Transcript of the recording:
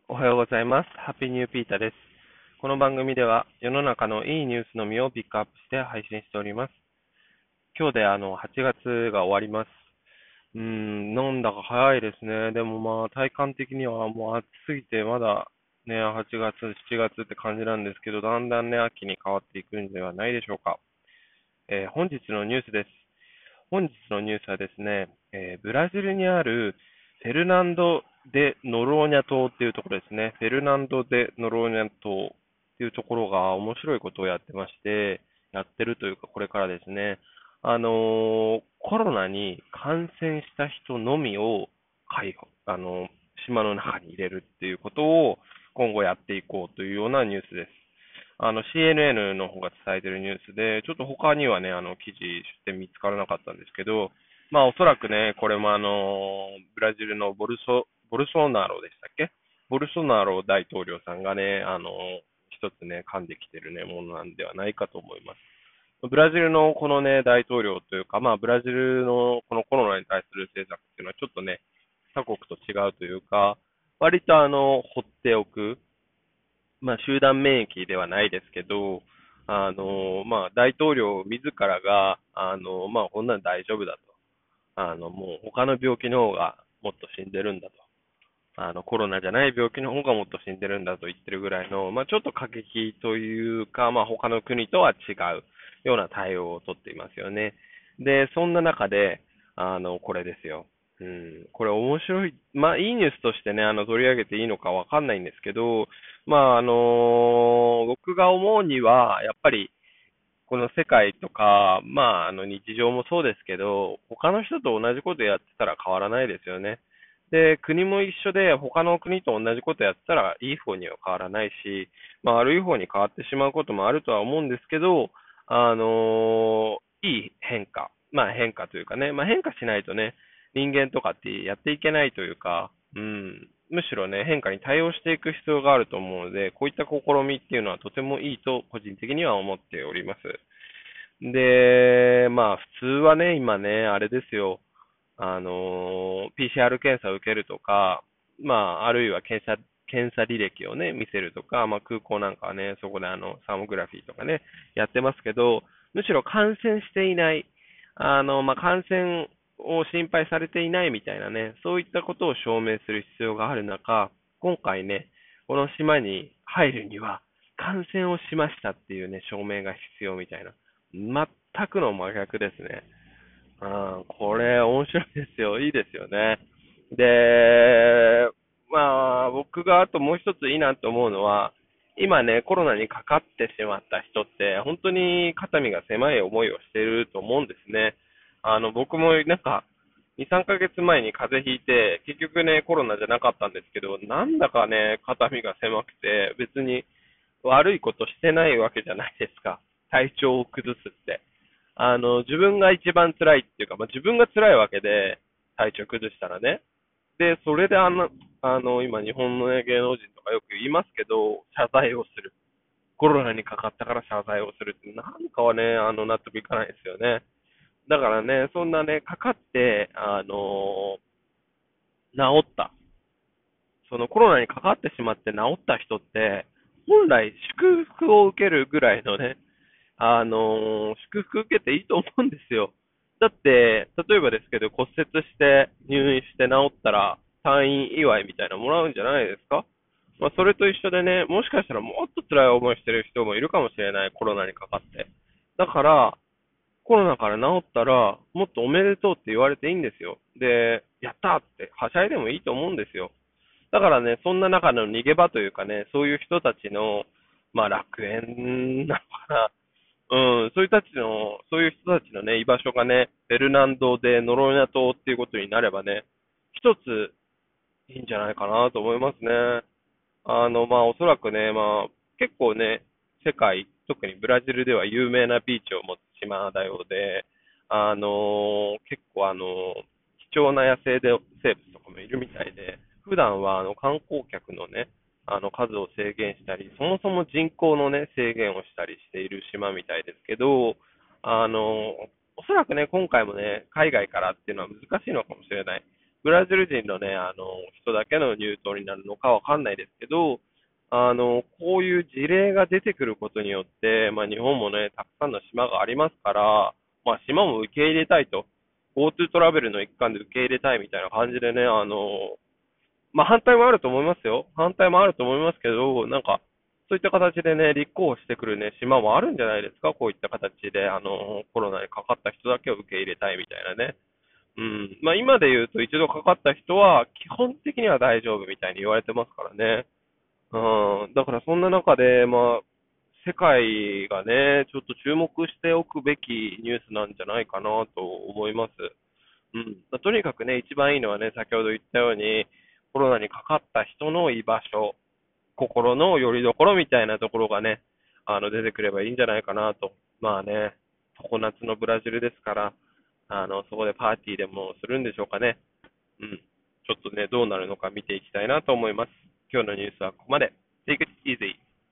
おはようございます。ハッピーニューピーターです。この番組では世の中のいいニュースのみをピックアップして配信しております。今日で8月が終わります。なんだか早いですね。でも体感的にはもう暑すぎてまだね、8月、7月って感じなんですけど、だんだんね、秋に変わっていくんではないでしょうか。本日のニュースです。本日のニュースはですね、ブラジルにあるフェルナンド・デ・ノローニャ島っていうところですね。フェルナンド・デ・ノローニャ島っていうところが面白いことをやってまして、やってるというかこれからですね、コロナに感染した人のみを解放、島の中に入れるっていうことを今後やっていこうというようなニュースです。CNN の方が伝えているニュースで、ちょっと他にはね、記事出典見つからなかったんですけど、おそらくね、これもブラジルのボルソナロでしたっけ？ボルソナロ大統領さんがね、一つね、噛んできてるね、ものなんではないかと思います。ブラジルのこのね、大統領というか、ブラジルのこのコロナに対する政策っていうのはちょっとね、他国と違うというか、割と放っておく、集団免疫ではないですけど、大統領自らが、こんなん大丈夫だと。もう他の病気の方がもっと死んでるんだと。コロナじゃない病気の方がもっと死んでるんだと言ってるぐらいの、ちょっと過激というか、他の国とは違うような対応をとっていますよね。で、そんな中で、これですよ。これ面白い。いいニュースとしてね、取り上げていいのかわかんないんですけど、僕が思うには、やっぱり、この世界とか、日常もそうですけど、他の人と同じことやってたら変わらないですよね。で、国も一緒で、他の国と同じことやってたら、いい方には変わらないし、悪い方に変わってしまうこともあるとは思うんですけど、いい変化。変化というかね、変化しないとね、人間とかってやっていけないというか、むしろね、変化に対応していく必要があると思うので、こういった試みっていうのはとてもいいと個人的には思っております。で、普通はね、今ね、あれですよ。PCR 検査を受けるとか、あるいは検査履歴をね、見せるとか、空港なんかはね、そこでサーモグラフィーとかね、やってますけど、むしろ感染していない、感染を心配されていないみたいなね、そういったことを証明する必要がある中、今回ね、この島に入るには、感染をしましたっていうね、証明が必要みたいな。全くの真逆ですね。これ面白いですよ。いいですよね。で、僕があともう一ついいなと思うのは、今ね、コロナにかかってしまった人って、本当に肩身が狭い思いをしていると思うんですね。僕もなんか、2、3ヶ月前に風邪ひいて、結局ね、コロナじゃなかったんですけど、なんだかね、肩身が狭くて、別に悪いことしてないわけじゃないですか。体調を崩すって。自分が一番辛いっていうか、自分が辛いわけで、体調崩したらね。で、それで今日本のね、芸能人とかよく言いますけど、謝罪をする。コロナにかかったから謝罪をするって、なんかはね、納得いかないですよね。だからね、そんなね、かかって、治った。そのコロナにかかってしまって治った人って、本来祝福を受けるぐらいのね、祝福受けていいと思うんですよ。だって、例えばですけど、骨折して入院して治ったら退院祝いみたいなのもらうんじゃないですか？それと一緒でね、もしかしたらもっと辛い思いしてる人もいるかもしれない、コロナにかかって。だから、コロナから治ったら、もっとおめでとうって言われていいんですよ。で、やったーって、はしゃいでもいいと思うんですよ。だからね、そんな中の逃げ場というかね、そういう人たちの、楽園なのかな。そういう人たちのね、居場所がね、ベルナンド・でノローニャ島っていうことになればね、一ついいんじゃないかなと思いますね。おそらくね、結構ね、世界、特にブラジルでは有名なビーチを持つ島だようで、結構貴重な野生で生物とかもいるみたいで、普段は観光客のね、数を制限したり、そもそも人口のね、制限をしたりしている島みたいですけど、おそらくね、今回もね、海外からっていうのは難しいのかもしれない。 ブラジル人のね、人だけのニュースになるのかわかんないですけど、こういう事例が出てくることによって、まあ、日本もね、たくさんの島がありますから、まあ、島も受け入れたいと、GoTo トラベルの一環で受け入れたいみたいな感じでね、まあ、反対もあると思いますよ。反対もあると思いますけど、なんか、そういった形でね、立候補してくるね、島もあるんじゃないですか。こういった形で、コロナにかかった人だけを受け入れたいみたいなね。うん。まあ、今で言うと、一度かかった人は、基本的には大丈夫みたいに言われてますからね。うん。だからそんな中で、まあ、世界がね、ちょっと注目しておくべきニュースなんじゃないかなと思います。うん。まあ、とにかくね、一番いいのはね、先ほど言ったように、コロナにかかった人の居場所、心の拠り所みたいなところがね、出てくればいいんじゃないかなと。まあね、常夏のブラジルですから、そこでパーティーでもするんでしょうかね。うん。ちょっとね、どうなるのか見ていきたいなと思います。今日のニュースはここまで。